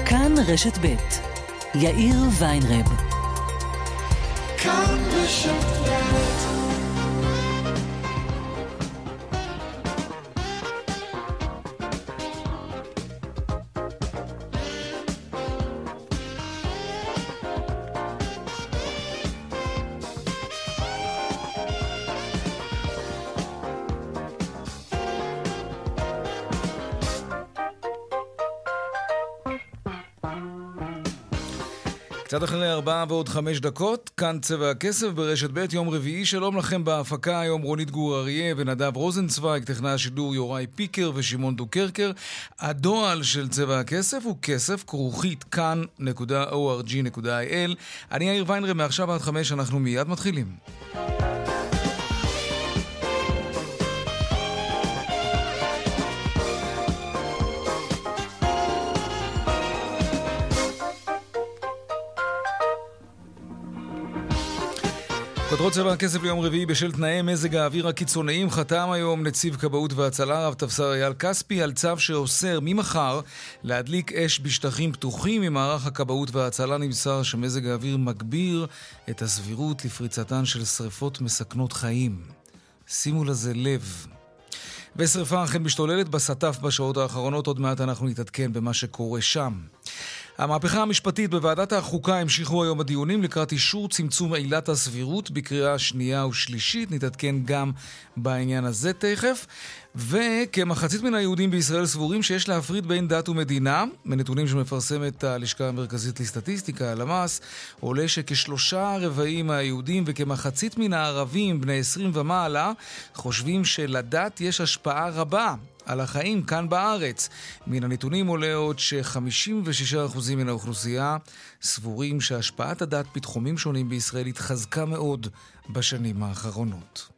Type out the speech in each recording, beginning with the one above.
כאן רשת ב' יאיר ויינרב. כאן רשת ב'. קצת אחרי 4:05, כאן צבע הכסף ברשת ב' יום רביעי. שלום לכם בהפקה היום רונית גור אריה ונדב רוזנצוויג, טכנאי השידור יוראי פיקר ושמעון דוקרקר. הדואל של צבע הכסף הוא כסף כרוכית כאן.org.il. אני יאיר ויינרב, מעכשיו עד 5 אנחנו מיד מתחילים. כותרות צבע הכסף ליום רביעי: בשל תנאי מזג האוויר הקיצוניים חתם היום נציב כבאות והצלה רב טפסר אייל כספי על צו שאוסר ממחר להדליק אש בשטחים פתוחים. ממערך הכבאות והצלה נמסר שמזג האוויר מגביר את הסבירות לפריצתן של שריפות מסכנות חיים. שימו לזה לב. ושריפה אכן משתוללת בסטף בשעות האחרונות, עוד מעט אנחנו נתעדכן במה שקורה שם. המהפכה המשפטית בוועדת החוקה המשיכו היום הדיונים לקראת אישור צמצום עילת הסבירות בקריאה שנייה ושלישית. נתעדכן גם בעניין הזה תכף. וכמחצית מן היהודים בישראל סבורים שיש להפריד בין דת ומדינה. מנתונים שמפרסמת הלשכה המרכזית לסטטיסטיקה, הלמ"ס, עולה שכ3/4 מהיהודים וכמחצית מן הערבים בני 20 ומעלה חושבים שלדת יש השפעה רבה על החיים כאן בארץ. מן הנתונים עולה עוד ש56% מן האוכלוסייה סבורים שהשפעת הדת בתחומים שונים בישראל התחזקה מאוד בשנים האחרונות.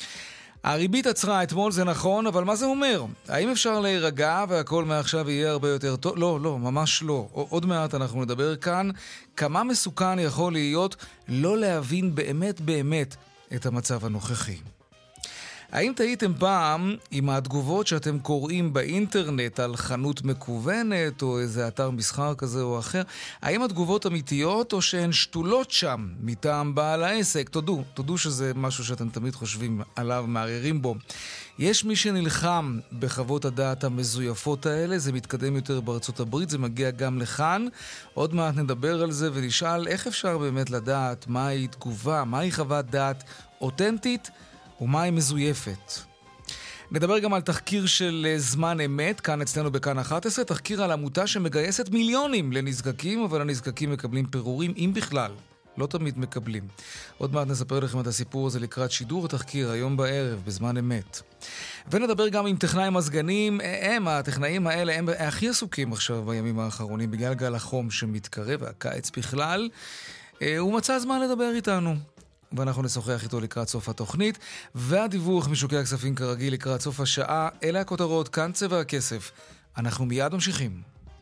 הריבית עצרה אתמול, זה נכון, אבל מה זה אומר? האם אפשר להירגע והכל מעכשיו יהיה הרבה יותר טוב? לא, ממש לא. עוד מעט אנחנו נדבר כאן כמה מסוכן יכול להיות לא להבין באמת את המצב הנוכחי. האם תהיתם פעם עם התגובות שאתם קוראים באינטרנט על חנות מקוונת או איזה אתר מסחר כזה או אחר? האם התגובות אמיתיות או שהן שתולות שם מטעם בעל העסק? תודו שזה משהו שאתם תמיד חושבים עליו, מערערים בו. יש מי שנלחם בחוות הדעת המזויפות האלה, זה מתקדם יותר בארצות הברית, זה מגיע גם לכאן. עוד מעט נדבר על זה ונשאל איך אפשר באמת לדעת מהי תגובה, מהי חוות דעת אותנטית ומה היא מזויפת. נדבר גם על תחקיר של זמן אמת, כאן אצלנו בכאן 11, תחקיר על עמותה שמגייסת מיליונים לנזקקים, אבל הנזקקים מקבלים פירורים, אם בכלל. לא תמיד מקבלים. עוד מעט נספר לכם את הסיפור הזה לקראת שידור התחקיר היום בערב, בזמן אמת. ונדבר גם עם טכנאי מזגנים. הטכנאים האלה הם הכי עסוקים עכשיו בימים האחרונים, בגלל גל החום שמתקרב, והקיץ בכלל. הוא מצא זמן לדבר איתנו. ואנחנו נשוחח איתו לקראת סוף התוכנית, והדיווח משוקי הכספים כרגיל לקראת סוף השעה. אלה הכותרות, כאן צבע הכסף. אנחנו מיד ממשיכים.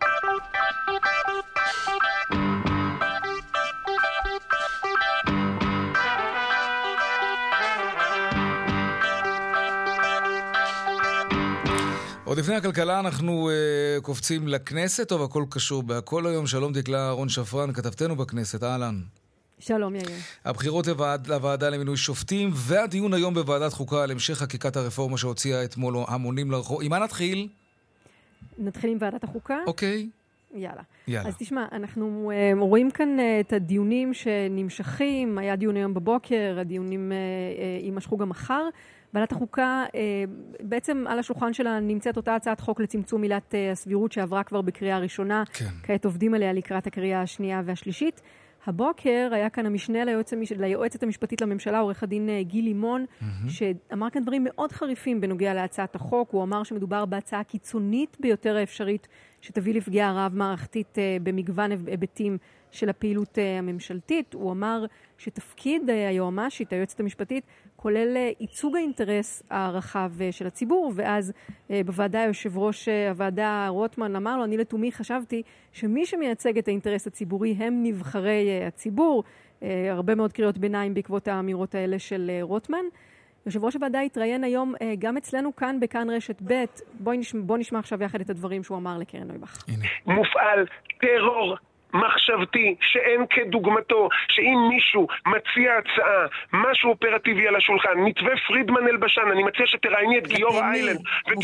עוד לפני הכלכלה אנחנו קופצים לכנסת. טוב, הכל קשור בהכל היום. שלום דקלה אהרון שפרן, כתבתנו בכנסת. אהלן. שלום יאיר. הבחירות לוועדה למינוי שופטים והדיון היום בוועדת חוקה על המשך חקיקת הרפורמה שהוציאה אתמול המונים לרחוב. עם מה נתחיל? נתחיל עם ועדת החוקה? אוקיי. יאללה. אז תשמע, אנחנו רואים כאן את הדיונים שנמשכים. היה דיון היום בבוקר, הדיונים יימשכו גם מחר. ועדת החוקה, בעצם על השולחן שלה נמצאת אותה הצעת חוק לצמצום עילת הסבירות שעברה כבר בקריאה ראשונה. כן. כעת עובדים עליה לקראת הקריאה השנייה והשלישית. הבוקר היה כאן המשנה ליועצת המשפטית לממשלה, עורך הדין גיל לימון, שאמר כאן דברים מאוד חריפים בנוגע להצעת החוק. הוא אמר שמדובר בהצעה קיצונית ביותר האפשרית, שתביא לפגיעה רב מערכתית במגוון היבטים של הפעילות הממשלתית. הוא אמר שתפקיד היועמ"שית, היועצת המשפטית, כולל ייצוג האינטרס הרחב של הציבור, ואז בוועדה יושב ראש הוועדה רוטמן אמר לו, אני לתומי חשבתי שמי שמייצג את האינטרס הציבורי הם נבחרי הציבור. הרבה מאוד קריאות ביניים בעקבות האמירות האלה של רוטמן. יושב ראש הוועדה התראיין היום גם אצלנו כאן בכאן רשת ב'. בוא נשמע עכשיו יחד את הדברים שהוא אמר לקרן נויבך. מופעל טרור מחשבתי שאין כדוגמתו, שאם מישהו מציע הצעה, משהו אופרטיבי על השולחן, מתווה פרידמן אלבשן, אני מציע שתראייני את גיורא איילנד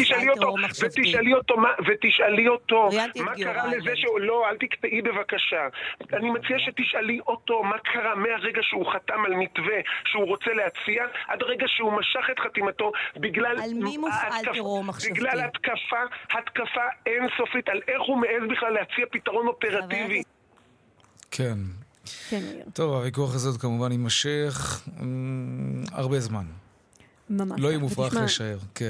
ותשאלי אותו מה קרה לזה לא, אל תקטעי בבקשה. אני מציע שתשאלי אותו מה קרה מהרגע שהוא חתם על מתווה שהוא רוצה להציע, עד הרגע שהוא משך את חתימתו בגלל התקפה אינסופית על איך הוא מעז בכלל להציע פתרון אופרטיבי. כן. טוב, הוויכוח הזה כמובן יימשך הרבה זמן. ממש. לא יהיה מופרך לשער, כן.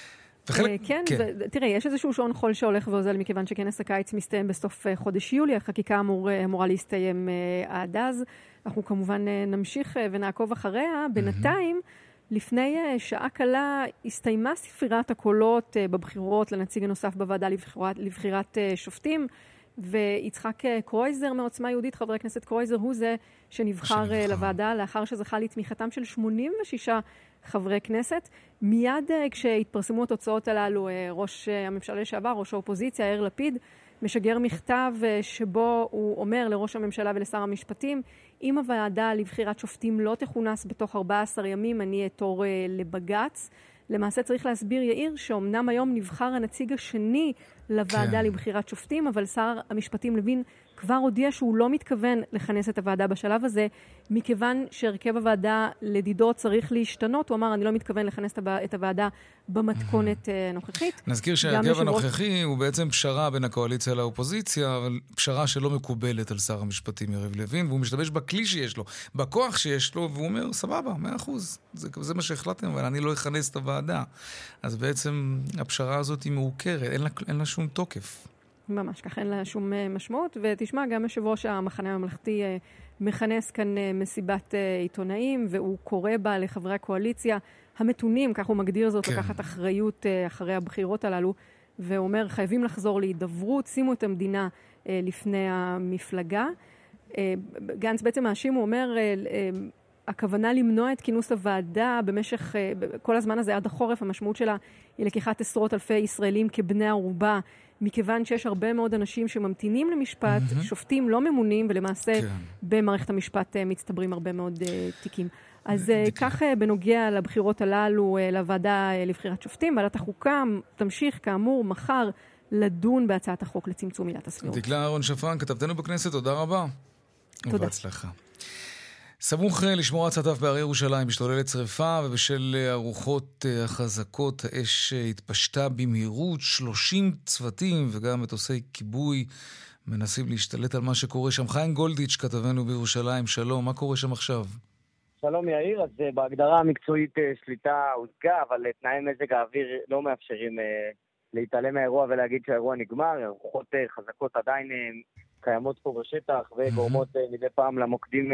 כן, תראה, יש איזשהו שעון חול שהולך ואוזל מכיוון שכנס הקיץ מסתיים בסוף חודש יולי, החקיקה אמורה להסתיים עד אז. אנחנו כמובן נמשיך ונעקוב אחריה. בינתיים, לפני שעה קלה הסתיימה ספירת הקולות בבחירות לנציג הנוסף בוועדה לבחירת שופטים, ויצחק קרויזר מעוצמה יהודית, חבר הכנסת קרויזר, הוא זה שנבחר לוועדה לאחר שזכה לתמיכתם של 86 חברי כנסת. מיד כשהתפרסמו התוצאות הללו, ראש הממשלה לשעבר, ראש האופוזיציה, יאיר לפיד, משגר מכתב שבו הוא אומר לראש הממשלה ולשר המשפטים, אם הוועדה לבחירת שופטים לא תכונס בתוך 14 ימים, אני אתור לבגץ. למעשה צריך להסביר, יאיר, שאומנם היום נבחר הנציג השני לוועדה לבחירת שופטים, אבל שר המשפטים לוין כבר הודיע שהוא לא מתכוון לכנס את הוועדה בשלב הזה, מכיוון שהרכב הוועדה לדידו צריך להשתנות. הוא אמר, אני לא מתכוון לכנס את הוועדה במתכונת נוכחית. נזכיר שהרכב הנוכחי הוא בעצם פשרה בין הקואליציה לאופוזיציה, אבל פשרה שלא מקובלת על שר המשפטים יריב לוין, והוא משתמש בכלי שיש לו, בכוח שיש לו, והוא אומר, סבבה, 100%. זה מה שהחלטתם, אבל אני לא אכנס את הוועדה. אז בעצם הפשרה הזאת היא מעוקרת, אין לה שום תוקף. ממש, כך אין לה שום משמעות. ותשמע, גם יושב ראש המחנה הממלכתי מכנס כאן מסיבת עיתונאים, והוא קורא בה לחברי הקואליציה המתונים, כך הוא מגדיר זאת, לקחת אחריות אחרי הבחירות הללו, ואומר, חייבים לחזור להידברות, שימו את המדינה לפני המפלגה. גנץ בעצם מאשים, הוא אומר, הכוונה למנוע את כינוס הוועדה במשך כל הזמן הזה עד החורף, המשמעות שלה היא לקיחת עשרות אלפי ישראלים כבני ערובה, מכיוון שיש הרבה מאוד אנשים שממתינים למשפט, שופטים לא ממונים, ולמעשה במערכת המשפט מצטברים הרבה מאוד תיקים. אז כך בנוגע לבחירות הללו, לוועדה לבחירת שופטים, ועדת החוקה תמשיך כאמור מחר לדון בהצעת החוק לצמצום עילת הסבירות. דקלה אהרון שפרן, כתבתנו בכנסת, תודה רבה. תודה. ובהצלחה. סמוך לשמור הצטף בהרי ירושלים, משתוללת שריפה, ובשל הרוחות החזקות האש התפשטה במהירות. 30 צוותים וגם מטוסי כיבוי מנסים להשתלט על מה שקורה שם. חיים גולדיץ', כתבנו בירושלים, שלום, מה קורה שם עכשיו? שלום יאיר, אז בהגדרה המקצועית שליטה הושגה, אבל תנאי מזג האוויר לא מאפשרים להתעלם מהאירוע ולהגיד שהאירוע נגמר. רוחות חזקות עדיין קיימות פה בשטח וגורמות מדי פעם למוקדים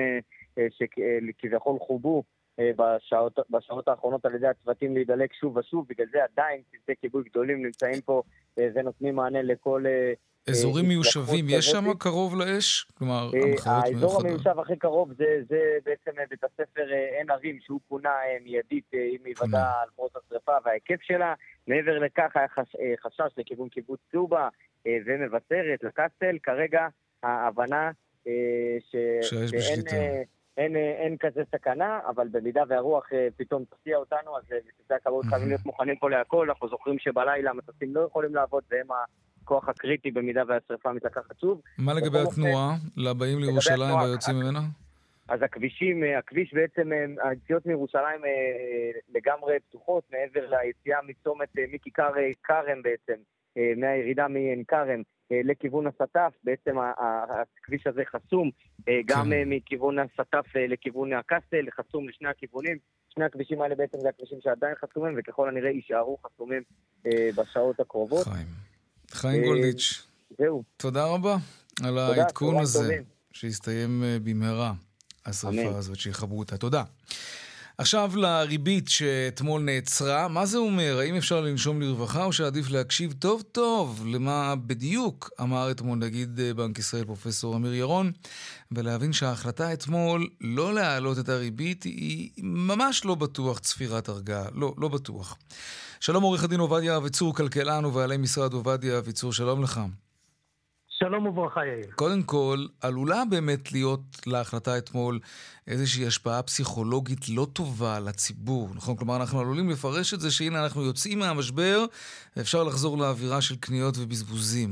שכביכול חובו בשעות האחרונות על ידי הצוותים להידלק שוב ושוב. בגלל זה עדיין צוותי כיבוי גדולים נמצאים פה ונותנים מענה לכל אזורים מיושבים, יש שם קרוב לאש? כלומר, האזור המיושב הכי קרוב זה בעצם בית הספר עין הרים, שהוא פונה מיידית עם היוודע על פרוץ השרפה וההיקף שלה. מעבר לכך היה חשש לכיוון קיבוץ צובה ומבשרת לקסטל. כרגע ההבנה שאין כזה סכנה, אבל במידה והרוח פתאום תפתיע אותנו, אז צוותי הכבאות חייבים להיות מוכנים פה להכל. אנחנו זוכרים שבלילה המטוסים לא יכולים לעבוד, והם הכוח הקריטי במידה והשרפה מתלקחת שוב. מה לגבי התנועה לבאים לירושלים והיוצאים ממנה? אז הכביש בעצם, היציאות מירושלים לגמרי פתוחות, מעבר ליציאה מצומת מכיכר כרם בעצם, מהירידה מעין כרם לכיוון הסטף, בעצם הכביש הזה חסום, גם מכיוון הסטף לכיוון הקסטל, חסום לשני הכיוונים. שני הכבישים האלה בעצם זה הכבישים שעדיין חסומים, וככל הנראה יישארו חסומים בשעות הקרובות. חיים גולדיץ', תודה רבה על העדכון הזה, שיסתיים במהרה השרפה הזאת, שיחברו אותה. תודה. עכשיו לריבית שאתמול נעצרה, מה זה אומר? האם אפשר לנשום לרווחה או שעדיף להקשיב טוב טוב למה בדיוק אמר אתמול נגיד בנק ישראל פרופסור אמיר ירון, ולהבין שההחלטה אתמול לא להעלות את הריבית היא ממש לא בטוח צפירת הרגעה, לא בטוח. שלום עורך הדין עובדיה אביצור, כלכלן ובעלי משרד עובדיה אביצור, שלום לך. שלום וברכה יאיר. קודם כל, עלולה באמת להיות להחלטה אתמול איזושהי השפעה פסיכולוגית לא טובה לציבור, נכון? כלומר, אנחנו עלולים לפרש את זה שהנה אנחנו יוצאים מהמשבר, ואפשר לחזור לאווירה של קניות ובזבוזים.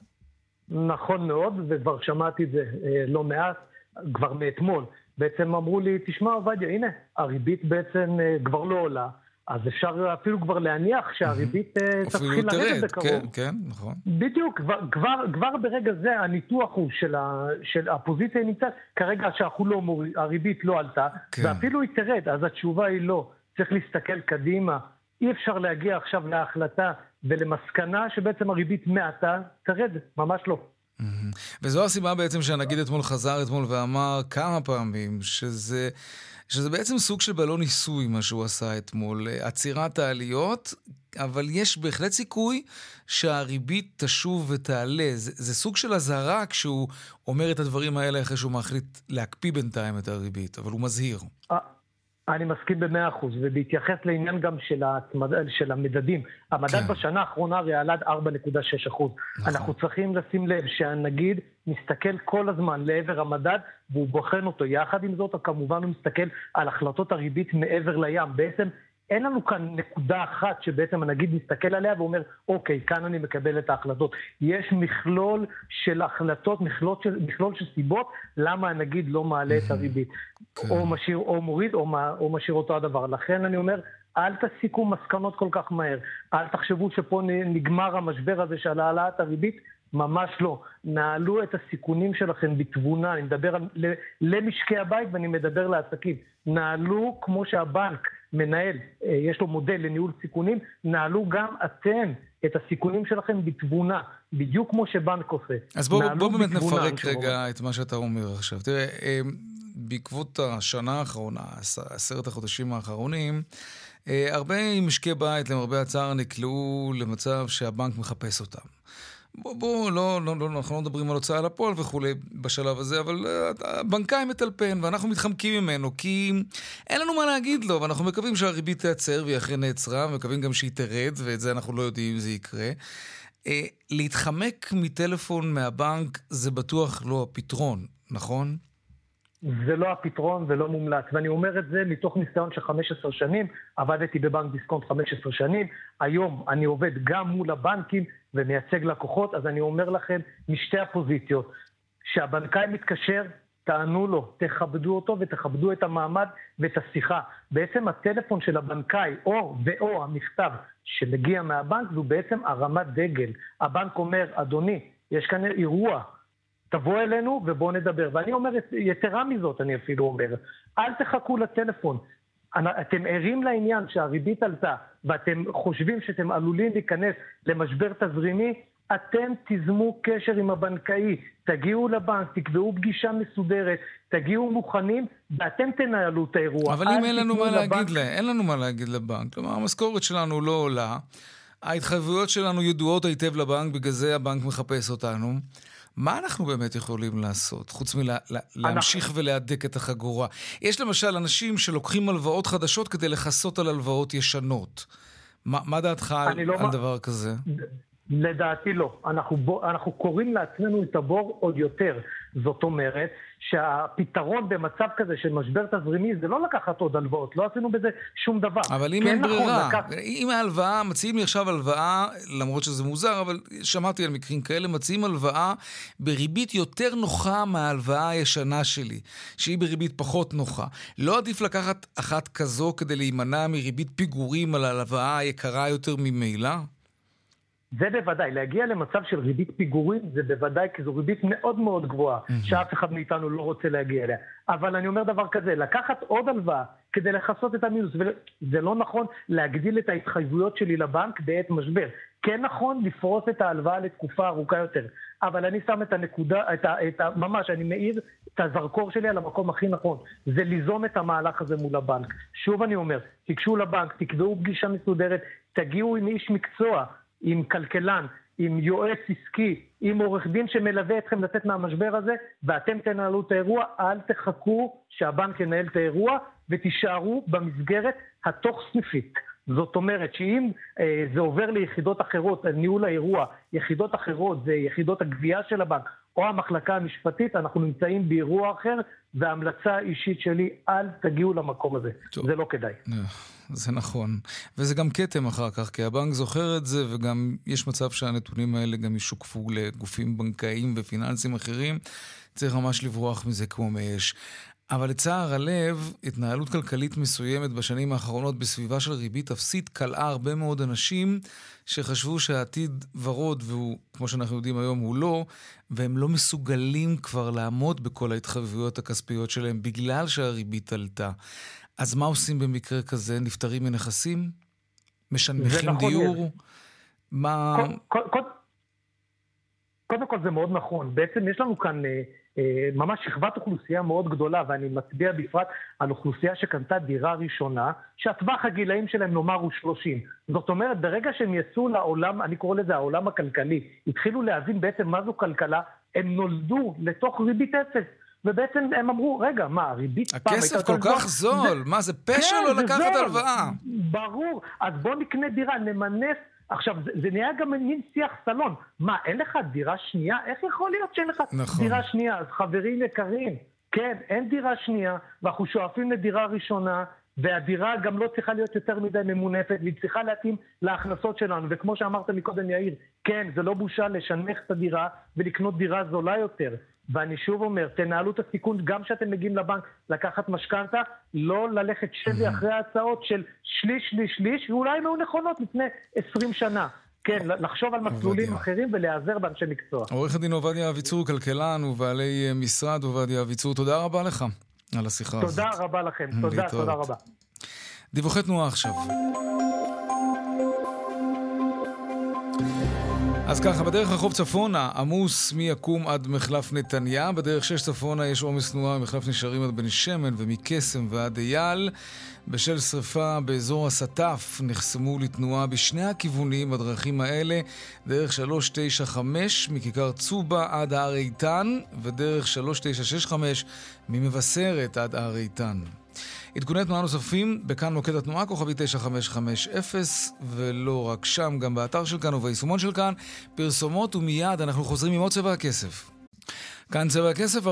נכון מאוד, וכבר שמעתי את זה לא מעט, כבר מאתמול. בעצם אמרו לי, תשמע עובדיה, הנה, הריבית בעצם כבר לא עולה, אז אפשר אפילו כבר להניח שהריבית תתחיל לרדת בקרוב. כן, נכון. בדיוק, כבר ברגע זה הניתוח הוא של הפוזיציה נמצאת, כרגע הריבית לא עלתה, ואפילו היא תרד, אז התשובה היא לא. צריך להסתכל קדימה, אי אפשר להגיע עכשיו להחלטה ולמסקנה שבעצם הריבית מעטה תרד, ממש לא. וזו הסיבה בעצם שהנגיד אתמול חזר אתמול ואמר כמה פעמים שזה בעצם סוג של בלון ניסוי מה שהוא עשה אתמול, עצירת העליות, אבל יש בהחלט סיכוי שהריבית תשוב ותעלה. זה סוג של הזהרה כשהוא אומר את הדברים האלה אחרי שהוא מחליט להקפיא בינתיים את הריבית, אבל הוא מזהיר. אני מסכים ב100%, ובהתייחס לעניין גם של המדדים. המדד בשנה האחרונה עלה 4.6%. אנחנו צריכים לשים לב שהנגיד מסתכל כל הזמן לעבר המדד, והוא בוחן אותו. יחד עם זאת, כמובן הוא מסתכל על החלטות הריבית מעבר לים. בעצם אין לנו כאן נקודה אחת שבעצם הנגיד מסתכל עליה ואומר, אוקיי, כאן אני מקבל את ההחלטות. יש מכלול של החלטות, מכלול של סיבות, למה הנגיד לא מעלה את הריבית. או משאיר, או מוריד, או משאיר אותו הדבר. לכן אני אומר, אל תסיקו מסקנות כל כך מהר. אל תחשבו שפה נגמר המשבר הזה של העלאת הריבית, ממש לא. נעלו את הסיכונים שלכם בתבונה, אני מדבר למשקי הבית ואני מדבר לעסקים. נעלו כמו שהבנק מנהל, יש לו מודל לניהול סיכונים, נעלו גם אתם את הסיכונים שלכם בתבונה, בדיוק כמו שבנק עושה. אז בוא באמת נפרק רגע את מה שאתה אומר עכשיו. תראה, בעקבות השנה האחרונה, 10 החודשים האחרונים, הרבה משקי בית למרבה הצער נקלעו למצב שהבנק מחפש אותם. אנחנו לא מדברים על הוצאה לפועל וכולי בשלב הזה, אבל הבנקאי מטלפן ואנחנו מתחמקים ממנו כי אין לנו מה להגיד לו, ואנחנו מקווים שהריבית תעצר והיא אכן נעצרה, ומקווים גם שהיא תרד, ואת זה אנחנו לא יודעים אם זה יקרה. להתחמק מטלפון מהבנק זה בטוח לא הפתרון, נכון? זה לא הפתרון ולא מומלץ, ואני אומר את זה מתוך ניסיון של 15 שנים, עבדתי בבנק דיסקונט 15 שנים, היום אני עובד גם מול הבנקים ומייצג לקוחות, אז אני אומר לכם משתי הפוזיציות, שהבנקאי מתקשר, תענו לו, תכבדו אותו ותכבדו את המעמד ואת השיחה. בעצם הטלפון של הבנקאי או המכתב שמגיע מהבנק, זו בעצם הרמת דגל. הבנק אומר, אדוני, יש כאן אירוע, תבוא אלינו ובוא נדבר. ואני אומר, יתרה מזאת, אני אפילו אומר, אל תחכו לטלפון. אתם ערים לעניין שהריבית עלתה, ואתם חושבים שאתם עלולים להיכנס למשבר תזרימי, אתם תזמו קשר עם הבנקאי, תגיעו לבנק, תקבעו פגישה מסודרת, תגיעו מוכנים, ואתם תנהלו את האירוע. אבל אם אין לנו מה להגיד לה, אין לנו מה להגיד לבנק. כלומר, המשכורת שלנו לא עולה, ההתחייבויות שלנו ידועות היטב לבנק, בגלל זה הבנק מחפש אותנו. מה אנחנו באמת יכולים לעשות, חוץ מלהמשיך ולהדק את החגורה? יש למשל אנשים שלוקחים הלוואות חדשות כדי לחסות על הלוואות ישנות. מה דעתך על דבר כזה? לדעתי לא. אנחנו קוראים לעצמנו את הבור עוד יותר. זאת אומרת שהפתרון במצב כזה של משבר תזרימי זה לא לקחת עוד הלוואות, לא עשינו בזה שום דבר. אבל אם אין ברירה, אם ההלוואה, מציעים לי עכשיו הלוואה, למרות שזה מוזר, אבל שמעתי על מקרים כאלה, מציעים הלוואה בריבית יותר נוחה מההלוואה הישנה שלי, שהיא בריבית פחות נוחה. לא עדיף לקחת אחת כזו כדי להימנע מריבית פיגורים על ההלוואה היקרה יותר ממילא? זה בוודאי, להגיע למצב של ריבית פיגורים, זה בוודאי, כי זו ריבית מאוד מאוד גבוהה, שאף אחד מאיתנו לא רוצה להגיע אליה. אבל אני אומר דבר כזה, לקחת עוד הלוואה כדי לחסות את המינוס, וזה לא נכון להגדיל את ההתחייבויות שלי לבנק בעת משבר, כן נכון לפרוס את ההלוואה לתקופה ארוכה יותר, אבל אני שם את הנקודה, ממש, אני מאיר את הזרקור שלי על המקום הכי נכון, זה ליזום את המהלך הזה מול הבנק. שוב אני אומר, תיגשו לבנק, תקבעו פגישה מסודרת, תגיעו עם איש מקצוע, עם כלכלן, עם יועץ עסקי, עם עורך דין שמלווה אתכם לצאת מהמשבר הזה, ואתם תנהלו את האירוע, אל תחכו שהבנק ינהל את האירוע, ותישארו במסגרת התוך סניפית. זאת אומרת שאם זה עובר ליחידות אחרות, ניהול האירוע, יחידות אחרות, זה יחידות הגבייה של הבנק, או המחלקה המשפטית, אנחנו נמצאים באירוע אחר, וההמלצה האישית שלי, אל תגיעו למקום הזה. טוב. זה לא כדאי. זה נכון. וזה גם קטם אחר כך, כי הבנק זוכר את זה, וגם יש מצב שהנתונים האלה גם ישוקפו לגופים בנקאיים ופיננסיים אחרים. צריך ממש לברוח מזה כמו מאש. אבל לצער הלב, התנהלות כלכלית מסוימת בשנים האחרונות בסביבה של ריבית אפסית קלעה הרבה מאוד אנשים שחשבו שהעתיד ורוד, והוא, כמו שאנחנו יודעים היום, הוא לא, והם לא מסוגלים כבר לעמוד בכל ההתחייבויות הכספיות שלהם בגלל שהריבית עלתה. אז מה עושים במקרה כזה? נפטרים מנכסים? משנמכים דיור? מה... קודם כל זה מאוד נכון. בעצם יש לנו כאן ממש שכבת אוכלוסייה מאוד גדולה, ואני מצביע בפרט על אוכלוסייה שקנתה דירה ראשונה, שהטווח הגילאים שלהם נאמר הוא 30. זאת אומרת, ברגע שהם יצאו לעולם, אני קורא לזה העולם הכלכלי, התחילו להבין בעצם מה זו כלכלה, הם נולדו לתוך ריבית אפס. ובעצם הם אמרו, רגע, מה, ריבית פעם... הכסף כל כך זול, מה, זה פשע לא לקחת הלוואה? ברור, אז בוא נקנה דירה, נמנף. עכשיו, זה נהיה גם מין שיח סלון. מה, אין לך דירה שנייה? איך יכול להיות שאין לך דירה שנייה? אז חברים יקרים, כן, אין דירה שנייה, ואנחנו שואפים לדירה ראשונה, והדירה גם לא צריכה להיות יותר מדי ממונפת, והיא צריכה להתאים להכנסות שלנו. וכמו שאמרת מקודם יאיר, כן, זה לא בושה לשנמך את הדירה ולקנות דירה זולה יותר. ואני שוב אומר, תנהלו את הסיכון, גם שאתם מגיעים לבנק לקחת משכנתה, לא ללכת שבי אחרי ההצעות של שליש, ואולי לא נכונות לפני 20 שנה. כן, לחשוב על מסלולים אחרים ולהיעזר באנשי מקצוע. עורך הדין עובדיה אביצור, כלכלן ובעלי משרד עובדיה אביצור, תודה רבה לך על השיחה הזאת. תודה רבה לכם, תודה רבה. דיווחי תנועה עכשיו. אז ככה, בדרך רחוב צפונה, עמוס מיקום עד מחלף נתניה, בדרך 6 צפונה יש עומס תנועה ממחלף נשארים עד בן שמן ומקסם ועד אייל. בשל שריפה באזור הסטף נחסמו לתנועה בשני הכיוונים בדרכים האלה, דרך 395 מכיכר צובה עד הר איתן, ודרך 3965 ממבשרת עד הר איתן. עדכוני תנועה נוספים בכאן מוקד התנועה כוכבי 9550, ולא רק שם, גם באתר של כאן וביישומון של כאן. פרסומות ומיד אנחנו חוזרים עם עוד צבע הכסף. כאן צבע הכסף,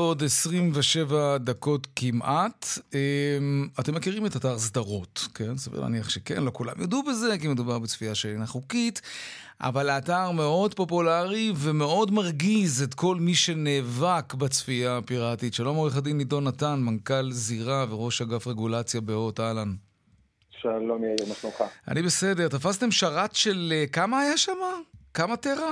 4:27 כמעט. אתם מכירים את אתר סדרות, כן? סביר להניח שכן, לא כולם יודעו בזה, כי מדובר בצפייה שאינה חוקית, אבל האתר מאוד פופולרי ומאוד מרגיז את כל מי שנאבק בצפייה הפיראטית. שלום עורך הדין נידון נתן, מנכ"ל זירה וראש אגף רגולציה בהוט, אהלן. שלום יאיר, מה שלומך? אני בסדר. תפסתם שרת של כמה היה שם? כמה טרה?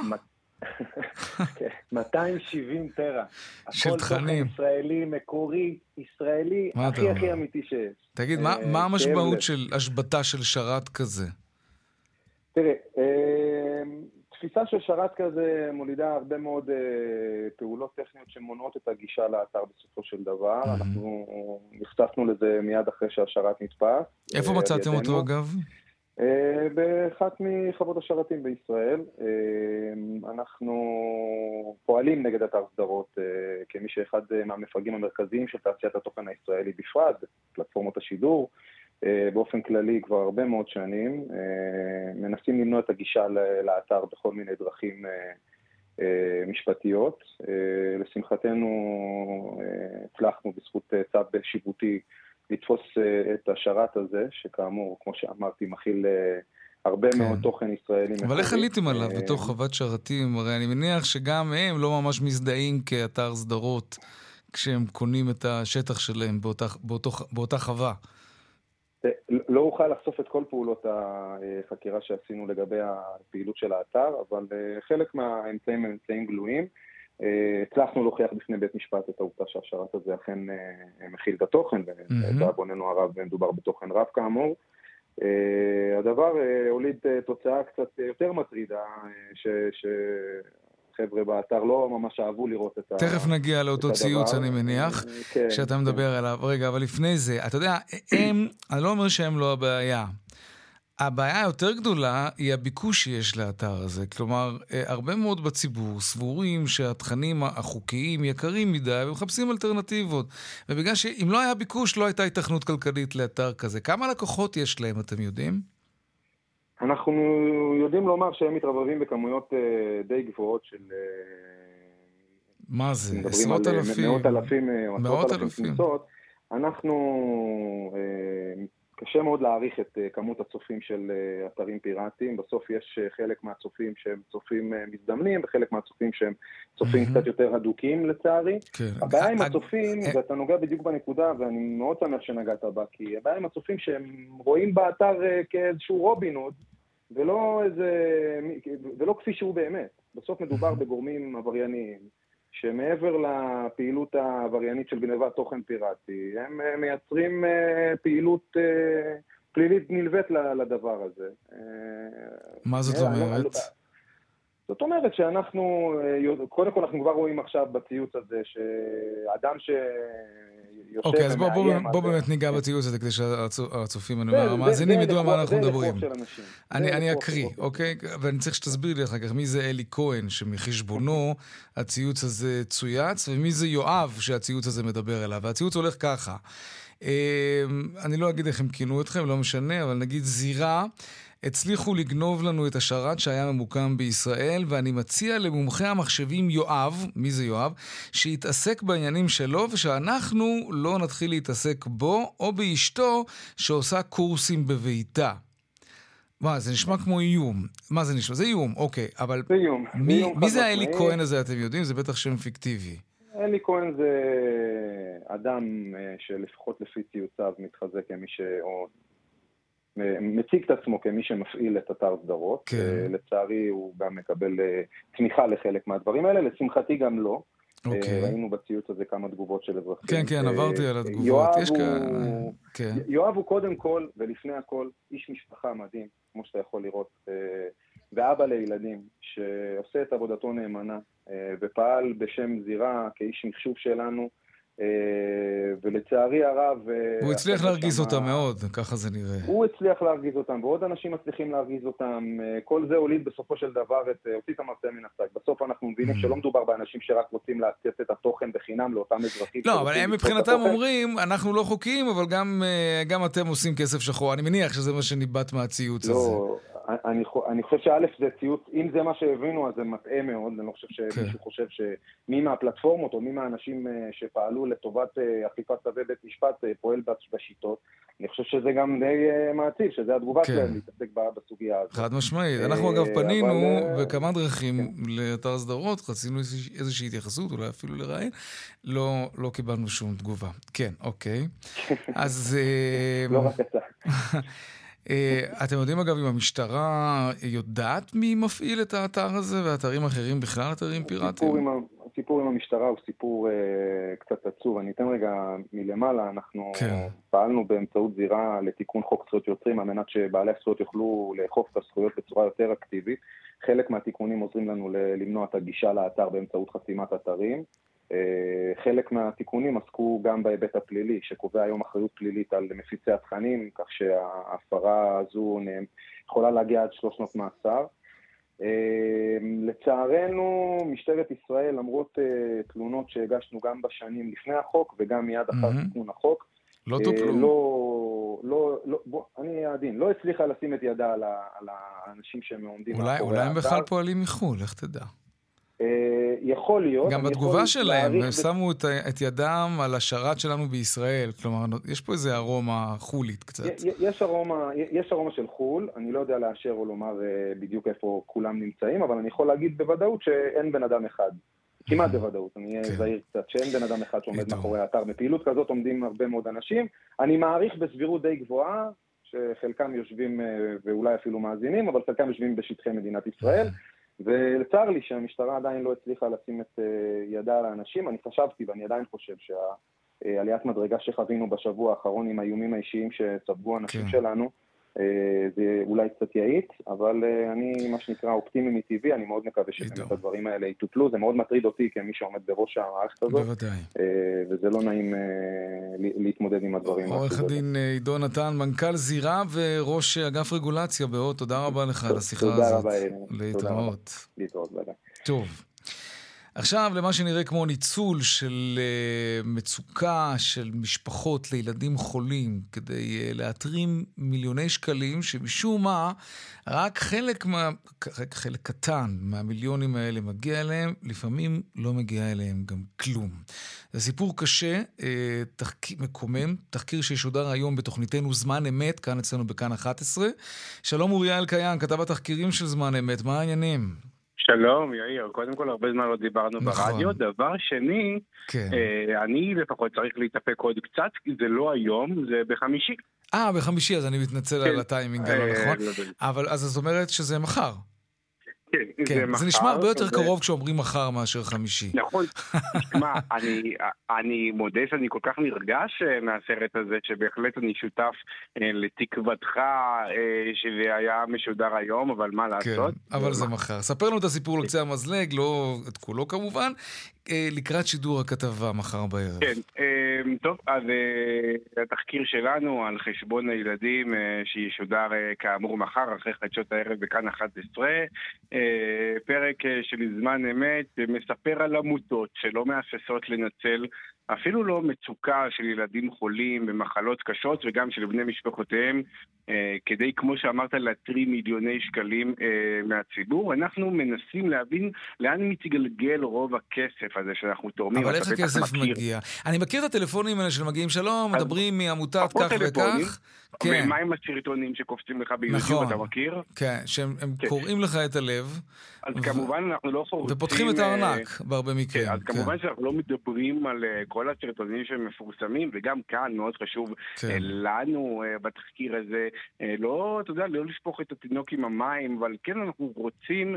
270 טרה. של תכנים. ישראלי, מקורי, ישראלי, הכי אמיתי שיש. תגיד, מה המשמעות של השבתה של שרת כזה? תראה, תפיסה של שרת כזה מולידה הרבה מאוד פעולות טכניות שמונעות את הגישה לאתר בסופו של דבר. אנחנו נחשפנו לזה מיד אחרי שהשרת נתפס. איפה מצאתם אותו אגב? באחת מחוות השרתים בישראל. אנחנו פועלים נגד אתר סדרות כמי שאחד מהמפגעים המרכזיים של תעשיית התוכן הישראלי בפרט, פלטפורמות השידור. באופן כללי כבר הרבה מאוד שנים, מנסים למנוע את הגישה לאתר בכל מיני דרכים משפטיות. לשמחתנו הצלחנו בזכות צו שיפוטי לתפוס את השרת הזה, שכאמור, כמו שאמרתי, מכיל הרבה מאוד תוכן ישראלי. אבל איך עליתם עליו בתוך חוות שרתים? הרי אני מניח שגם הם לא ממש מזדהים כאתר סדרות כשהם קונים את השטח שלהם באותה חווה. לא אוכל לחשוף את כל פעולות החקירה שעשינו לגבי הפעילות של האתר, אבל חלק מהאמצעים הם אמצעים גלויים. הצלחנו להוכיח בפני בית משפט את העובדה שהשרת הזה אכן מכיל את התוכן, ובוננו הרב מדובר בתוכן רב כאמור. הדבר הוליד תוצאה קצת יותר מטרידה, חבר'ה באתר לא ממש אהבו לראות את הדבר. תכף נגיע לאותו ציוץ, אני מניח, שאתה מדבר עליו. רגע, אבל לפני זה, אתה יודע, אני לא אומר שהם לא הבעיה. הבעיה היותר גדולה היא הביקוש שיש לאתר הזה. כלומר, הרבה מאוד בציבור סבורים שהתכנים החוקיים יקרים מדי ומחפשים אלטרנטיבות. ובגלל שאם לא היה ביקוש, לא הייתה התכנות כלכלית לאתר כזה. כמה לקוחות יש להם, אתם יודעים? אנחנו יודעים לומר שהם מתרבבים בכמויות די גבוהות של... מה זה? עשרות אלפים? מאות אלפים. אנחנו... קשה מאוד להעריך את כמות הצופים של אתרים פיראטיים. בסוף יש חלק מהצופים שהם צופים מזדמנים, וחלק מהצופים שהם צופים קצת יותר הדוקים לצערי. הבעיה עם הצופים, ואתה נוגע בדיוק בנקודה, ואני מאוד שמח שנגעת בה, כי הבעיה עם הצופים שהם רואים באתר כאיזשהו רובין הוד, ולא כפי שהוא באמת. בסוף מדובר בגורמים עברייניים, שמעבר לפעילות העבריינית של גנבת תוכן פיראטי, הם מייצרים פעילות פלילית נלווית לדבר הזה. מה זאת אומרת? זאת אומרת שאנחנו, קודם כל אנחנו כבר רואים עכשיו בציוץ הזה, שאדם שיושב... אוקיי, אז בוא באמת ניגע בציוץ הזה, כדי שהצופים, המאזינים ידעו על מה אנחנו מדברים. אני אקריא, אוקיי? ואני צריך שתסביר לי אחר כך מי זה אלי כהן, שמחשבונו הציוץ הזה צויץ, ומי זה יואב שהציוץ הזה מדבר אליו. והציוץ הולך ככה. אני לא אגיד איך הם כינו אתכם, לא משנה, אבל נגיד זירה, הצליחו לגנוב לנו את השרת שהיה ממוקם בישראל, ואני מציע למומחי המחשבים יואב, מי זה יואב, שיתעסק בעניינים שלו, ושאנחנו לא נתחיל להתעסק בו, או באשתו שעושה קורסים בביתה. מה, זה נשמע כמו איום. מה זה נשמע? זה איום, אוקיי, אבל מי זה אלי כהן הזה, אתם יודעים? זה בטח שם פיקטיבי. אלי כהן זה אדם שלפחות לפי ציוציו מתחזק כמי מציג את עצמו כמי שמפעיל את אתר סדרות. לצערי הוא גם מקבל תמיכה לחלק מהדברים האלה, לשמחתי גם לא. ראינו בציוץ הזה כמה תגובות של אזרחים. כן, עברתי על התגובות. יואב הוא קודם כל, ולפני הכל, איש משפחה מדהים, כמו שאתה יכול לראות, ואבא לילדים, שעושה את עבודתו נאמנה, ופעל בשם זירה כאיש מחשוב שלנו, ולצערי הרב... הוא הצליח להרגיז אותם מאוד, ככה זה נראה. הוא הצליח להרגיז אותם, ועוד אנשים מצליחים להרגיז אותם. כל זה הוליד בסופו של דבר הוציא את המרצה מן השק. בסוף אנחנו מבינים שלא מדובר באנשים שרק רוצים להציץ את התוכן בחינם לאותם אזרחים. לא, אבל הם מבחינתם אומרים, אנחנו לא חוקיים, אבל גם אתם עושים כסף שחור. אני מניח שזה מה שניבט מהציוץ הזה. אני חושב שא' זה ציוץ, אם זה מה שהבינו, אז זה מטעה מאוד. אני לא חושב שמישהו חושב שמי מהפלטפורמות או מי מהאנשים שפעלו לטובת אכיפת צווי בית משפט פועל בשיטות. אני חושב שזה גם די מעציב, שזה התגובה שלהם להתעסק בסוגיה הזאת. חד משמעית. אנחנו אגב פנינו בכמה דרכים לאתר סדרות, רצינו איזושהי התייחסות, אולי אפילו לראיין, לא קיבלנו שום תגובה. כן, אוקיי. אז... לא רק אתה. אתם יודעים אגב אם המשטרה יודעת מי מפעיל את האתר הזה ואתרים אחרים בכלל, אתרים פיראטיים? הסיפור עם המשטרה הוא סיפור קצת עצוב. אני אתן רגע מלמעלה. אנחנו פעלנו באמצעות זירה לתיקון חוק זכויות יוצרים, על מנת שבעלי הזכויות יוכלו לאכוף את הזכויות בצורה יותר אקטיבית. חלק מהתיקונים עוזרים לנו למנוע את הגישה לאתר באמצעות חסימת אתרים. חלק מהתיקונים עסקו גם בהיבט הפלילי, שקובע היום אחריות פלילית על מפיצי התכנים, כך שההפרה הזו יכולה להגיע עד 3 שנות מאסר. לצערנו, משטרת ישראל, למרות תלונות שהגשנו גם בשנים לפני החוק וגם מיד אחר תיקון החוק, לא טופלו. אני עדין, לא הצליחה לשים את ידה על האנשים שהם עומדים מאחורי האתר. אולי הם בכלל פועלים מחול, איך תדע? יכול להיות. גם בתגובה שלהם, הם שמו את ידם על השרת שלנו בישראל, כלומר, יש פה איזה ארומה חולית קצת. יש ארומה של חול, אני לא יודע לאשר או לומר בדיוק איפה כולם נמצאים, אבל אני יכול להגיד בוודאות שאין בן אדם אחד, כמעט בוודאות, אני אהיה זהיר קצת, שאין בן אדם אחד שעומד מאחורי האתר. בפעילות כזאת עומדים הרבה מאוד אנשים, אני מעריך בסבירות די גבוהה, שחלקם יושבים ואולי אפילו מאזינים, אבל חלקם יושבים בשטחי מדינת ישראל, ולצער לי שהמשטרה עדיין לא הצליחה לשים את ידה על האנשים. אני חשבתי ואני עדיין חושב שהעליית מדרגה שחווינו בשבוע האחרון עם האיומים האישיים שספגו אנשים שלנו, זה אולי קצת יעיץ, אבל אני, מה שנקרא, אופטימי מטבעי, אני מאוד מקווה שבאמת הדברים האלה יטופלו, זה מאוד מטריד אותי כמי שעומד בראש המערכת הזאת, בוודאי. וזה לא נעים להתמודד עם הדברים. עורך הדין עידו נתן, מנכ"ל זירה וראש אגף רגולציה באות, תודה רבה לך על השיחה הזאת. תודה רבה. להתראות. להתראות, ביי. טוב. עכשיו למה שנראה כמו ניצול של מצוקה של משפחות לילדים חולים כדי להתרים מיליוני שקלים שמשום מה רק חלק קטן מהמיליונים האלה מגיע אליהם, לפעמים לא מגיע אליהם גם כלום. זה סיפור קשה, מקומם, תחקיר שישודר היום בתוכניתנו זמן אמת, כאן אצלנו בכאן 11. שלום אוריה אלקיים, כתב התחקירים של זמן אמת, מה העניינים? שלום, יאיר. קודם כל, הרבה זמן לא דיברנו ברדיו. דבר שני, אני לפחות צריך להתאפק עוד קצת, כי זה לא היום, זה בחמישי. בחמישי, אז אני מתנצל על הטיימינג, לא נכון. אבל אז זאת אומרת שזה מחר. כן, זה מחר. זה נשמע הרבה יותר קרוב כשאומרים מחר מאשר חמישי. נכון. תשמע, אני מודה שאני כל כך נרגש מהסרט הזה, שבהחלט אני שותף לתקוותך שזה היה משודר היום, אבל מה לעשות? כן, אבל זה מחר. ספר לנו את הסיפור לקצה המזלג, לא את כולו כמובן, לקראת שידור הכתבה מחר בערב. כן, טוב, אז התחקיר שלנו על חשבון הילדים שישודר כאמור מחר אחרי חדשות הערב בכאן 11, פרק של זמן אמת מספר על עמותות שלא מאפסות לנצל אפילו לא מצוקה של ילדים חולים במחלות קשות וגם של בני משפחותיהם כדי, כמו שאמרת, להתרים מיליוני שקלים מהציבור. אנחנו מנסים להבין לאן מתגלגל רוב הכסף הזה שאנחנו תורמים. אבל איך הכסף מגיע? אני מכיר את הטלפונים האלה שמגיעים, שלום, מדברים מעמותת כך וכך. ומה עם הסרטונים שקופצים לך ביוטיוב, אתה מכיר? כן, שהם קוראים לך את הלב. אז כמובן אנחנו לא חורצים... ופותחים את הארנק בהרבה מקרים. אז כמובן שאנחנו לא מדברים על כל הסרטונים שמפורסמים, וגם כאן מאוד חשוב לנו בתחקיר הזה, לא, אתה יודע, לא לשפוך את התינוק עם המים, אבל כן אנחנו רוצים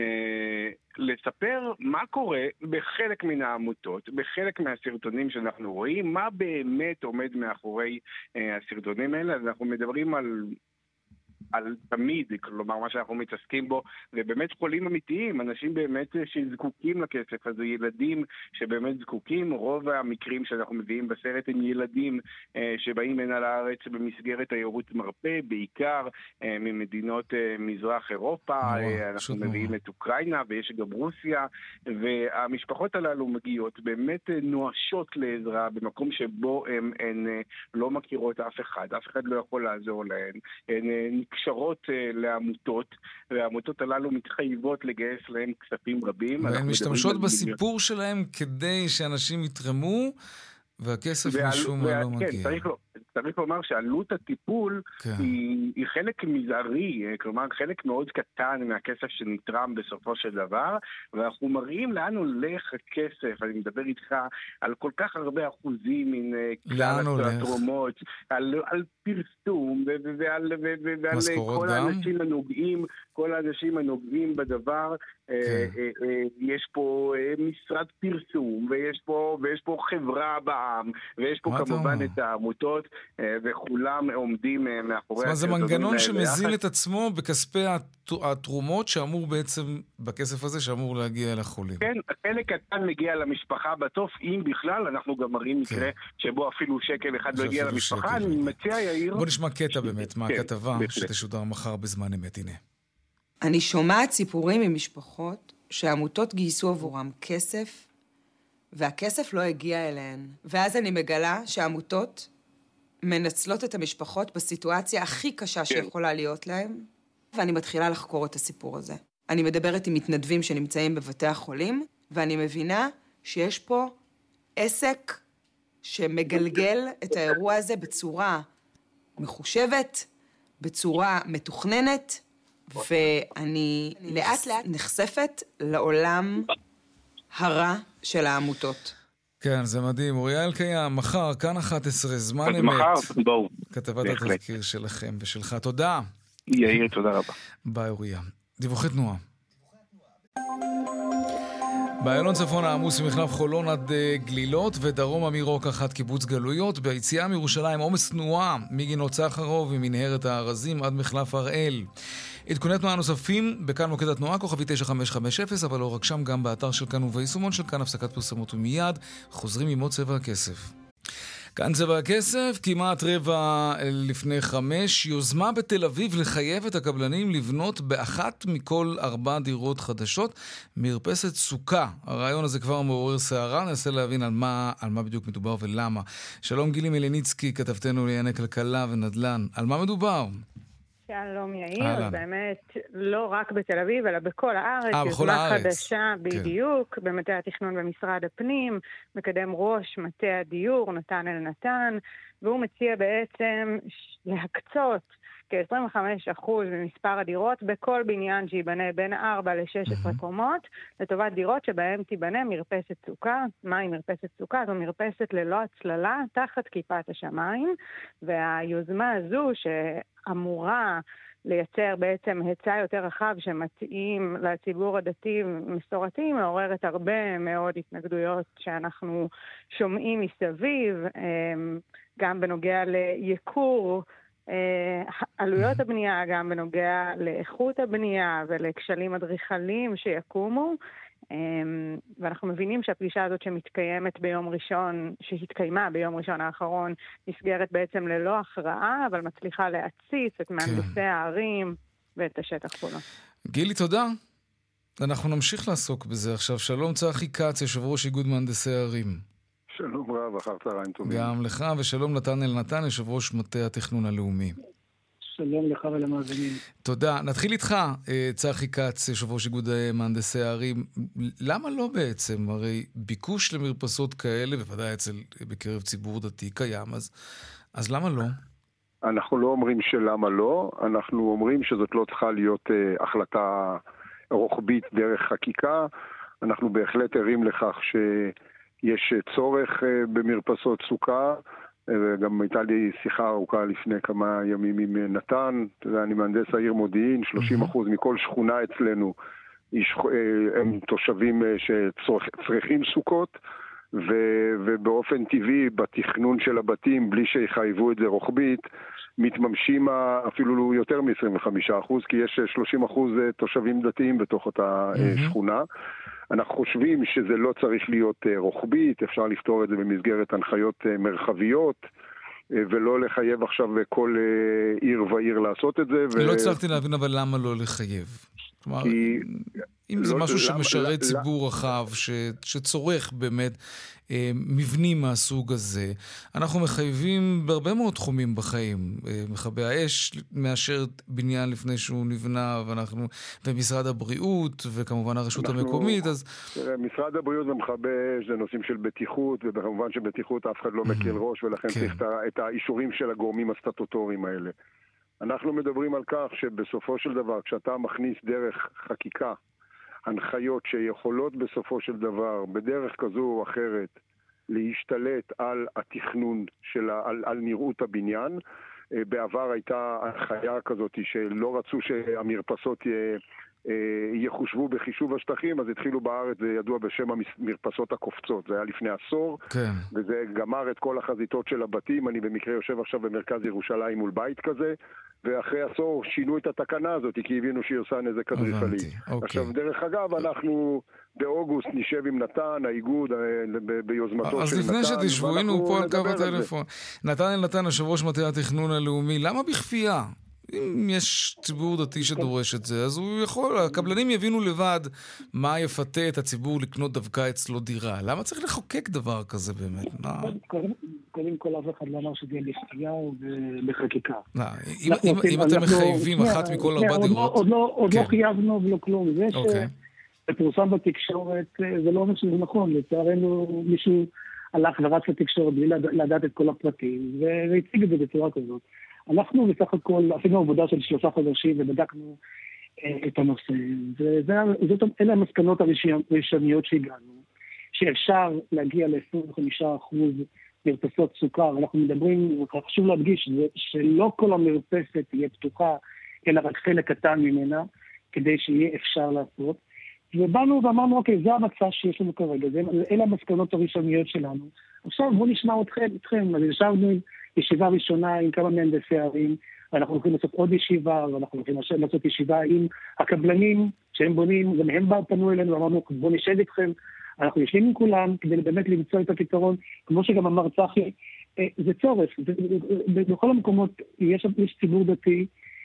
לספר מה קורה בחלק מן העמותות, בחלק מהסרטונים שאנחנו רואים, מה באמת עומד מאחורי הסרטונים האלה. אז אנחנו מדברים על תמיד, כלומר מה שאנחנו מתעסקים בו, ובאמת חולים אמיתיים, אנשים באמת שזקוקים לכסף הזה, ילדים שבאמת זקוקים. רוב המקרים שאנחנו מביאים בסרט הם ילדים שבאים הנה לארץ במסגרת תיירות מרפא, בעיקר ממדינות מזרח אירופה, אנחנו מביאים את אוקראינה ויש גם רוסיה, והמשפחות הללו מגיעות באמת נואשות לעזרה במקום שבו הן לא מכירות אף אחד לא יכול לעזור להן, הן קשרות לעמותות, והעמותות הללו מתחייבות לגייס להם כספים רבים. והן משתמשות בסיפור שלהם כדי שאנשים יתרמו, והכסף משום מה לא מגיע. צריך לומר שעלות הטיפול היא חלק מזערי, כלומר חלק מאוד קטן מהכסף שנתרם בסופו של דבר, ואנחנו מראים לאן הולך הכסף. אני מדבר איתך על כל כך הרבה אחוזים מן כלל התרומות, על פרסום ועל כל האנשים הנוגעים בדבר. יש פה משרד פרסום ויש פה חברה בעם ויש פה כמובן את העמותות, וכולם עומדים מאחורי זה מנגנון שמזין את עצמו בכספי התרומות שאמור בעצם בכסף הזה שאמור להגיע לחולים. כן, חלק קטן מגיע למשפחה בסוף, אם בכלל. אנחנו גם מראים מקרה שבו אפילו שקל אחד לא הגיע למשפחה. אני מציע, יאיר, בוא נשמע קטע באמת מהכתבה שתשודר מחר בזמן אמת. הנה, אני שומעת סיפורים ממשפחות שעמותות גייסו עבורם כסף והכסף לא הגיע אליהן, ואז אני מגלה שהעמותות מנצלות את המשפחות בסיטואציה הכי קשה שיכולה להיות להם, ואני מתחילה לחקור את הסיפור הזה. אני מדברת עם מתנדבים שנמצאים בבתי החולים, ואני מבינה שיש פה עסק שמגלגל את האירוע הזה בצורה מחושבת, בצורה מתוכננת, ואני לאט לאט נחשפת לעולם הרע של העמותות. כן, זה מדהים. אוריה אלקיים, מחר, כאן 11, זמן אמת. מחר, בואו. כתבת התחקיר שלכם ושלך. תודה. יאיר, תודה רבה. ביי אוריה. דיווחי תנועה. באיילון צפון העמוס ממחלף חולון עד גלילות, ודרומה מרוקח עד קיבוץ גלויות. ביציאה מירושלים עומס תנועה מגינות סחרוב ומנהרת הארזים עד מחלף הראל. עדכוני תנועה נוספים בכאן מוקד התנועה, כוכבי 9550, אבל לא רק שם, גם באתר של כאן וביישומון של כאן. הפסקת פרסומות ומיד חוזרים עם עוד צבע הכסף. כאן צבע הכסף, כמעט 4:45, יוזמה בתל אביב לחייב את הקבלנים לבנות באחת מכל 4 דירות חדשות מרפסת סוכה. הרעיון הזה כבר מעורר שערה, ננסה להבין על מה בדיוק מדובר ולמה. שלום גילי מליניצקי, כתבתנו לענייני כלכלה ונדל"ן. על מה מדובר? שלום יאיר, באמת לא רק בתל אביב, אלא בכל הארץ. יוזמה חדשה בדיוק, במטה התכנון במשרד הפנים, מקדם ראש מטה הדיור, נתן אלנתן, והוא מציע בעצם להקצות כ-25% ממספר הדירות בכל בניין שיבנה בין 4 ל-16 קומות, לטובת דירות שבהם תיבנה מרפסת סוכה. מהי מרפסת סוכה? זו מרפסת ללא הצללה תחת כיפת השמיים, והיוזמה הזו שאמורה לייצר בעצם היצע יותר רחב שמתאים לציבור הדתי מסורתי, מעוררת הרבה מאוד התנגדויות שאנחנו שומעים מסביב, גם בנוגע ליקור עלויות הבנייה, גם בנוגע לאיכות הבנייה ולכשלים אדריכליים שיקומו, ואנחנו מבינים שהפגישה הזאת שמתקיימת ביום ראשון, שהתקיימה ביום ראשון האחרון, נסגרת בעצם ללא הכרעה, אבל מצליחה להציף את מהנדסי הערים ואת השטח כולו. גילי, תודה. אנחנו נמשיך לעסוק בזה עכשיו. שלום צחי כץ, יושב ראש איגוד מהנדסי הערים. שלום רב, אחר צהריים טובים. גם לך, ושלום נתן אלנתן, יושב ראש מטה התכנון הלאומי. שלום לך ולמאזינים. תודה. נתחיל איתך, צחי כץ, יושב ראש איגוד מהנדסי הערים. למה לא בעצם? הרי ביקוש למרפסות כאלה, בוודאי בקרב ציבור דתי קיים, אז למה לא? אנחנו לא אומרים שלמה לא, אנחנו אומרים שזאת לא צריכה להיות החלטה רוחבית דרך חקיקה. אנחנו בהחלט ערים לכך יש צורך במרפסות סוכה, וגם הייתה לי שיחה ארוכה לפני כמה ימים עם נתן. אני מהנדס העיר מודיעין, 30% מכל שכונה אצלנו הם תושבים שצריכים סוכות, ובאופן טבעי בתכנון של הבתים, בלי שיחייבו את זה רוחבית, מתממשים אפילו יותר מ-25%, כי יש 30% תושבים דתיים בתוך אותה שכונה. אנחנו חושבים שזה לא צריך להיות רוחבית, אפשר לפתור את זה במסגרת הנחיות מרחביות, ולא לחייב עכשיו כל עיר ועיר לעשות את זה. לא הצלחתי להבין, אבל למה לא לחייב? כלומר, אם זה משהו שמשרת ציבור רחב, שצורך באמת מבנים מהסוג הזה, אנחנו מחייבים בהרבה מאוד תחומים בחיים. מכבי האש מאשר בניין לפני שהוא נבנה, ומשרד הבריאות, וכמובן הרשות המקומית. משרד הבריאות ומכבי האש זה נושאים של בטיחות, וכמובן שבטיחות אף אחד לא מקל ראש, ולכן צריך את האישורים של הגורמים הסטטוטוריים האלה. אנחנו מדברים על כך שבסופו של דבר, כשאתה מכניס דרך חקיקה, הנחיות שיכולות בסופו של דבר, בדרך כזו או אחרת, להשתלט על התכנון על נראות הבניין. בעבר הייתה הנחיה כזאת שלא רצו שהמרפסות יחושבו בחישוב השטחים, אז התחילו בארץ, זה ידוע בשם המרפסות הקופצות, זה היה לפני עשור, כן. וזה גמר את כל החזיתות של הבתים. אני במקרה יושב עכשיו במרכז ירושלים מול בית כזה, ואחרי עשור שינו את התקנה הזאת, כי הבינו שהיא עושה נזק אדריכלי. עכשיו, דרך אגב, אנחנו באוגוסט נשב עם נתן, האיגוד, ביוזמתו של נתן. אז לפני שתשבו, הנה הוא פה על קו הטלפון. נתן, יושב ראש מטה התכנון הלאומי, למה בכפייה? אם יש ציבור דתי שדורש את זה, אז הוא יכול, הקבלנים יבינו לבד מה יפתה את הציבור לקנות דווקא אצלו דירה. למה צריך לחוקק דבר כזה באמת? קודם כל אף אחד לא אמר שזה יהיה בכפייה או בחקיקה. אם אתם מחייבים אחת מכל 4 דירות... עוד לא חייבנו ולא כלום. זה שפורסם בתקשורת, זה לא אומר שזה נכון. לצערנו מישהו הלך ורץ לתקשורת בלי לדעת את כל הפרטים, והציג את זה בצורה כזאת. אנחנו בסך הכל עשינו עבודה של 3 חודשים ובדקנו את הנושא, ואלה המסקנות הראשוניות שהגענו, שאפשר להגיע ל-25% מרפסות סוכר. אנחנו מדברים, חשוב להדגיש, שלא כל המרפסת תהיה פתוחה, אלא רק חלק קטן ממנה, כדי שיהיה אפשר לעשות. ובאנו ואמרנו, אוקיי, זה המצע שיש לנו כרגע, אלה המסקנות הראשוניות שלנו. עכשיו בואו נשמע אתכם. אז ישבנו עם ישיבה ראשונה עם כמה מהנדסי ערים, ואנחנו הולכים לעשות עוד ישיבה, ואנחנו הולכים לעשות ישיבה עם הקבלנים שהם בונים, גם הם פנו אלינו, ואמרנו, בואו נשב איתכם, אנחנו יושבים עם כולם כדי באמת למצוא את הפתרון, כמו שגם אמר צחי, זה צורך, בכל המקומות יש ציבור דתי,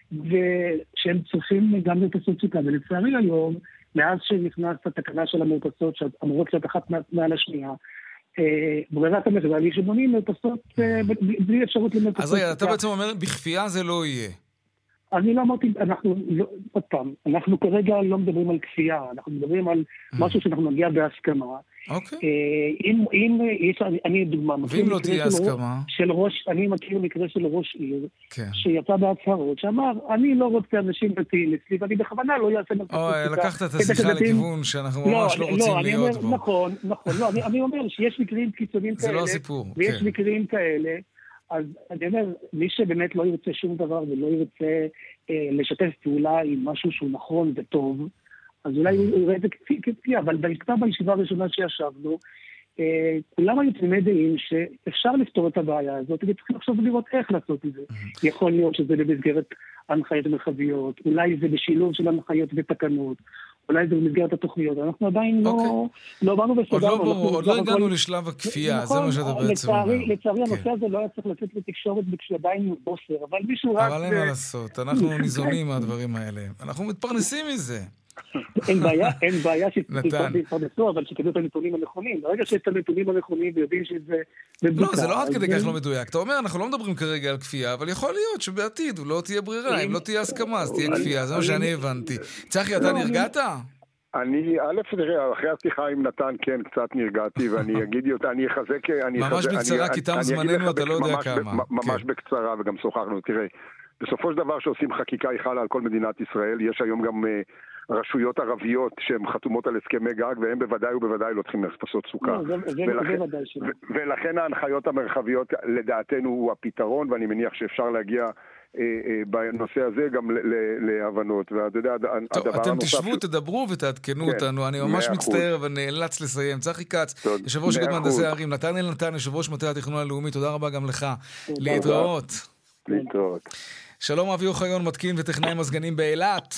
ושהם צריכים גם לתעשות סוכה, ולצערי היום, מאז שנכנס התקנה של המרפסות, שאמורות להיות אחת מעל השנייה, ברירת המחדל היא שבונים מרפסות בלי אפשרות למרפסות. אז רגע, אתה בעצם אומר, בכפייה זה לא יהיה. אני לא אמרתי, עוד פעם, אנחנו כרגע לא מדברים על כפייה, אנחנו מדברים על משהו שאנחנו נגיע בהסכמה. אוקיי. אם יש, אני דוגמה, ואם לא תהיה הסכמה? אני מכיר מקרה של ראש עיר, שיצא בהצהרות, שאמר, אני לא רוצה אנשים דתיים אצלי, ואני בכוונה לא אעשה מרפסות סוכה. לקחת את השיחה לכיוון שאנחנו ממש לא רוצים להיות בו. נכון, אני אומר שיש מקרים קיצוניים כאלה, זה לא הסיפור. ויש מקרים כאלה, אז אני אומר, מי שבאמת לא ירצה שום דבר ולא ירצה לשתף פעולה עם משהו שהוא נכון וטוב, אז אולי הוא יראה את זה כפי, אבל בישיבה הראשונה שישבנו, כולם היו תמימי דעים שאפשר לפתור את הבעיה הזאת, וצריכים עכשיו לראות איך לעשות את זה. יכול להיות שזה במסגרת הנחיות מרחביות, אולי זה בשילוב של הנחיות ותקנות, אולי זה במסגרת התוכניות, אנחנו עדיין לא באנו בסדר. עוד לא הגענו לשלב הכפייה, זה מה שאתה בעצם אומר. לצערי הנושא הזה לא היה צריך לצאת לתקשורת כשעדיין בוסר, אבל מישהו רק... אבל אין מה לעשות, אנחנו ניזונים מהדברים האלה, אנחנו מתפרנסים מזה. אין בעיה שתתפרנסו, אבל שתדעו את הנתונים הנכונים. ברגע שיש את הנתונים הנכונים ויודעים שזה... לא, זה לא עד כדי כך לא מדויק. אתה אומר, אנחנו לא מדברים כרגע על כפייה, אבל יכול להיות שבעתיד לא תהיה ברירה, אם לא תהיה הסכמה, אז תהיה כפייה, זה מה שאני הבנתי. צחי, אתה נרגעת? אני, אחרי השיחה עם נתן, כן, קצת נרגעתי, ואני אגיד אותה, אני אחזק... ממש בקצרה, כי תם זמננו, אתה לא יודע כמה. ממש בקצרה, וגם שוחחנו. תראה, בסופו של דבר שעושים חקיקה היא חלה על כל מדינת ישראל, יש היום גם רשויות ערביות שהן חתומות על הסכמי גג, והם בוודאי לא צריכים מרפסות סוכה. ולכן ההנחיות המרחביות לדעתנו הוא הפתרון, ואני מניח שאפשר להגיע בנושא הזה גם להבנות. ואתה יודע, טוב, אתם תשבו, תדברו ותעדכנו אותנו. אני ממש מצטער, אבל נאלץ לסיים. צחי כץ, יושב ראש איגוד מהנדסי הערים, נתן, יושב ראש מטה התכנון הלאומי, תודה רבה גם לך. להתראות. שלום אבי אוחיון, מתקין וטכנאי מזגנים באילת.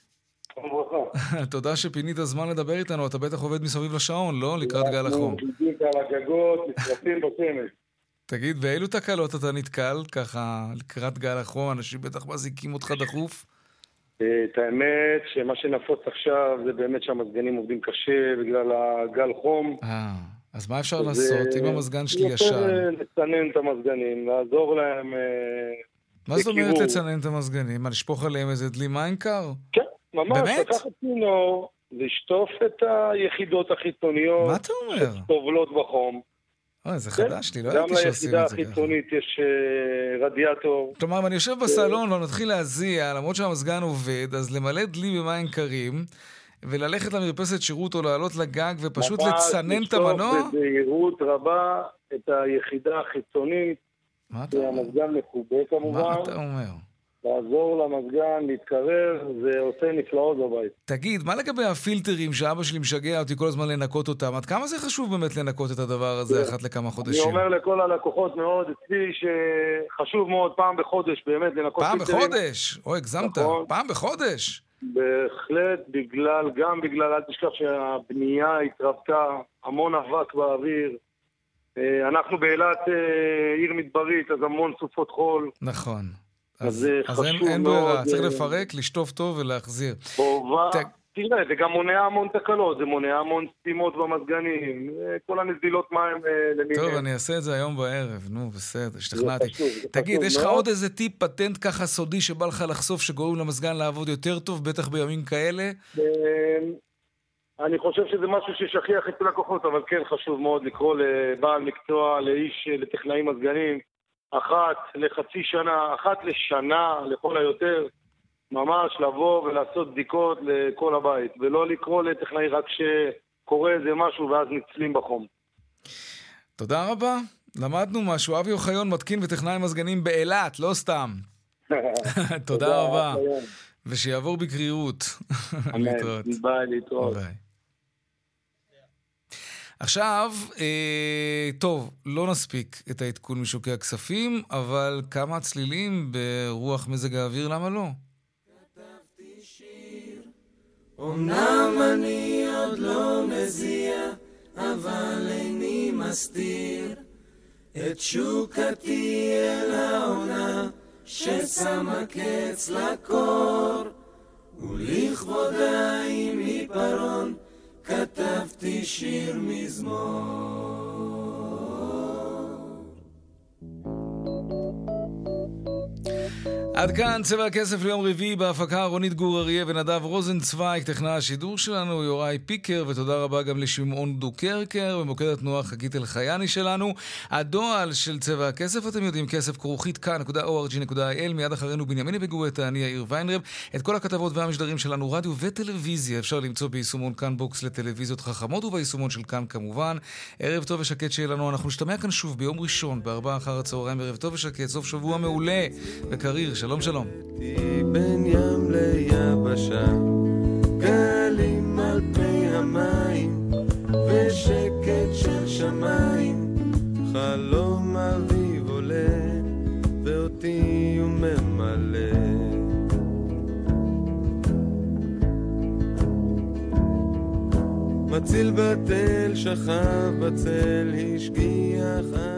תודה שפינית הזמן לדבר איתנו, אתה בטח עובד מסביב לשעון, לא? לקראת גל החום. על הגגות, מצטרפים בשמש. תגיד, באילו תקלות אתה נתקל ככה לקראת גל החום? אנשים בטח מזיקים אותך דחוף? את האמת שמה שנפוץ עכשיו זה באמת שהמזגנים עובדים קשה בגלל הגל חום. אז מה אפשר לעשות אם המזגן שלי ישן? יותר לצנן את המזגנים, לעזור להם... מה זאת אומרת לצנן את המזגנים? מה, לשפוך עליהם איזה דלי מים קר? כן, ממש. באמת? לקחת צינור, לשטוף את היחידות החיצוניות. מה אתה אומר? שסובלות בחום. זה חדש לי, לא הייתי שעושים את זה ככה. גם ליחידה החיצונית יש רדיאטור. כלומר, אם אני יושב בסלון ונתחיל להזיע, למרות שהמזגן עובד, אז למלא דלי במים קרים, וללכת למרפסת שירות או לעלות לגג ופשוט לצנן את המנוע? ממש, בזהירות רבה את היחידה החיצונית, והמזגן מחובה כמובן. מה אתה אומר? לעזור למזגן, להתקרר, זה עושה נפלאות בבית. תגיד, מה לגבי הפילטרים שאבא שלי משגע אותי כל הזמן לנקות אותם? עד כמה זה חשוב באמת לנקות את הדבר הזה אחת לכמה חודשים? אני אומר לכל הלקוחות מאוד, אצלי שחשוב מאוד פעם בחודש באמת לנקות פילטרים. פעם בחודש? אוי, הגזמת. פעם בחודש? בהחלט, גם בגלל, אל תשכח שהבנייה התרבתה, המון אבק באוויר. אנחנו באילת עיר מדברית, אז המון סופות חול. נכון. אז אין ברירה, צריך לפרק, לשטוף טוב ולהחזיר. תראה, זה גם מונע המון תקלות, זה מונע המון סתימות במזגנים, כל הנזילות מים למיניהם. טוב, אני אעשה את זה היום בערב, נו, בסדר, השתכנעתי. תגיד, יש לך עוד איזה טיפ, פטנט ככה סודי שבא לך לחשוף, שגורם למזגן לעבוד יותר טוב, בטח בימים כאלה? אני חושב שזה משהו ששכיח אצל לקוחות, אבל כן חשוב מאוד לקרוא לבעל מקצוע, לאיש, לטכנאי מזגנים, אחת לחצי שנה, אחת לשנה לכל היותר, ממש לבוא ולעשות בדיקות לכל הבית, ולא לקרוא לטכנאי רק שקורה איזה משהו ואז נצלים בחום. תודה רבה, למדנו משהו. אבי אוחיון, מתקין וטכנאי מזגנים באילת, לא סתם. תודה רבה, ושיעבור בקרירות. ביי, להתראות. עכשיו, טוב, לא נספיק את העדכון משוקי הכספים, אבל כמה צלילים ברוח מזג האוויר, למה לא? כתבתי שיר, אמנם אני עוד לא מזיע, אבל איני מסתיר את שוקתי אל העונה ששמה קץ לקור, ולכבודה עם עיפרון כתבתי שיר מזמור. עד כאן צבע הכסף ליום רביעי, בהפקה רונית גור אריה ונדב רוזנצוויג, טכנאי השידור שלנו יוראי פיקר, ותודה רבה גם לשמעון דוקרקר, במוקד התנועה חגית אלחייני שלנו. הדואל של צבע הכסף, אתם יודעים, כסף כרוכית כאן.org.il, מיד אחרינו בנימיני בגואטה, אני יאיר ויינרב. את כל הכתבות והמשדרים שלנו, רדיו וטלוויזיה, אפשר למצוא ביישומון כאן בוקס לטלוויזיות חכמות, וביישומון של כאן כמובן. ערב טוב ושקט שיהיה לנו, אנחנו נשתמע כאן שוב ביום ראשון, ב4 אחר הצהריים, ערב טוב ושקט, סוף שבוע מעולה וקריר. שלום שלום. בין ים ליבשה, גלים על פני המים, ושקט של שמיים, חלום אביב עולה, ואותי הוא ממלא. מציל בתל שכב בצל, השגיח